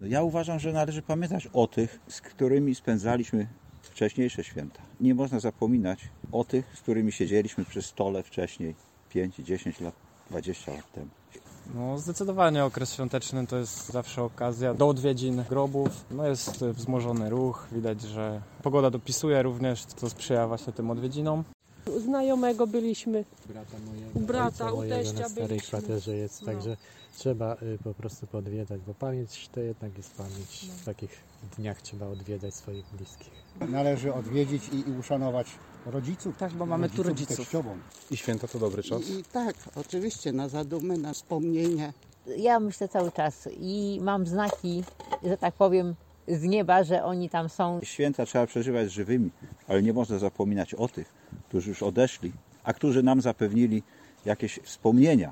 Ja uważam, że należy pamiętać o tych, z którymi spędzaliśmy wcześniejsze święta. Nie można zapominać o tych, z którymi siedzieliśmy przy stole wcześniej, 5, 10 lat, 20 lat temu. No, zdecydowanie okres świąteczny to jest zawsze okazja do odwiedzin grobów. No, jest wzmożony ruch, widać, że pogoda dopisuje również, co sprzyja właśnie tym odwiedzinom. U znajomego byliśmy, Brata, u teścia na starej byliśmy. kwaterze jest, No. także trzeba po prostu podwiedzać, bo pamięć to jednak jest pamięć. W takich dniach trzeba odwiedzać swoich bliskich. Należy odwiedzić i uszanować rodziców. Tak, bo mamy tu rodziców. Teściową. I święta to dobry czas? I tak, oczywiście, na zadumy, na wspomnienia. Ja myślę cały czas i mam znaki, że tak powiem, z nieba, że oni tam są. Święta trzeba przeżywać z żywymi, ale nie można zapominać o tych, którzy już odeszli, a którzy nam zapewnili jakieś wspomnienia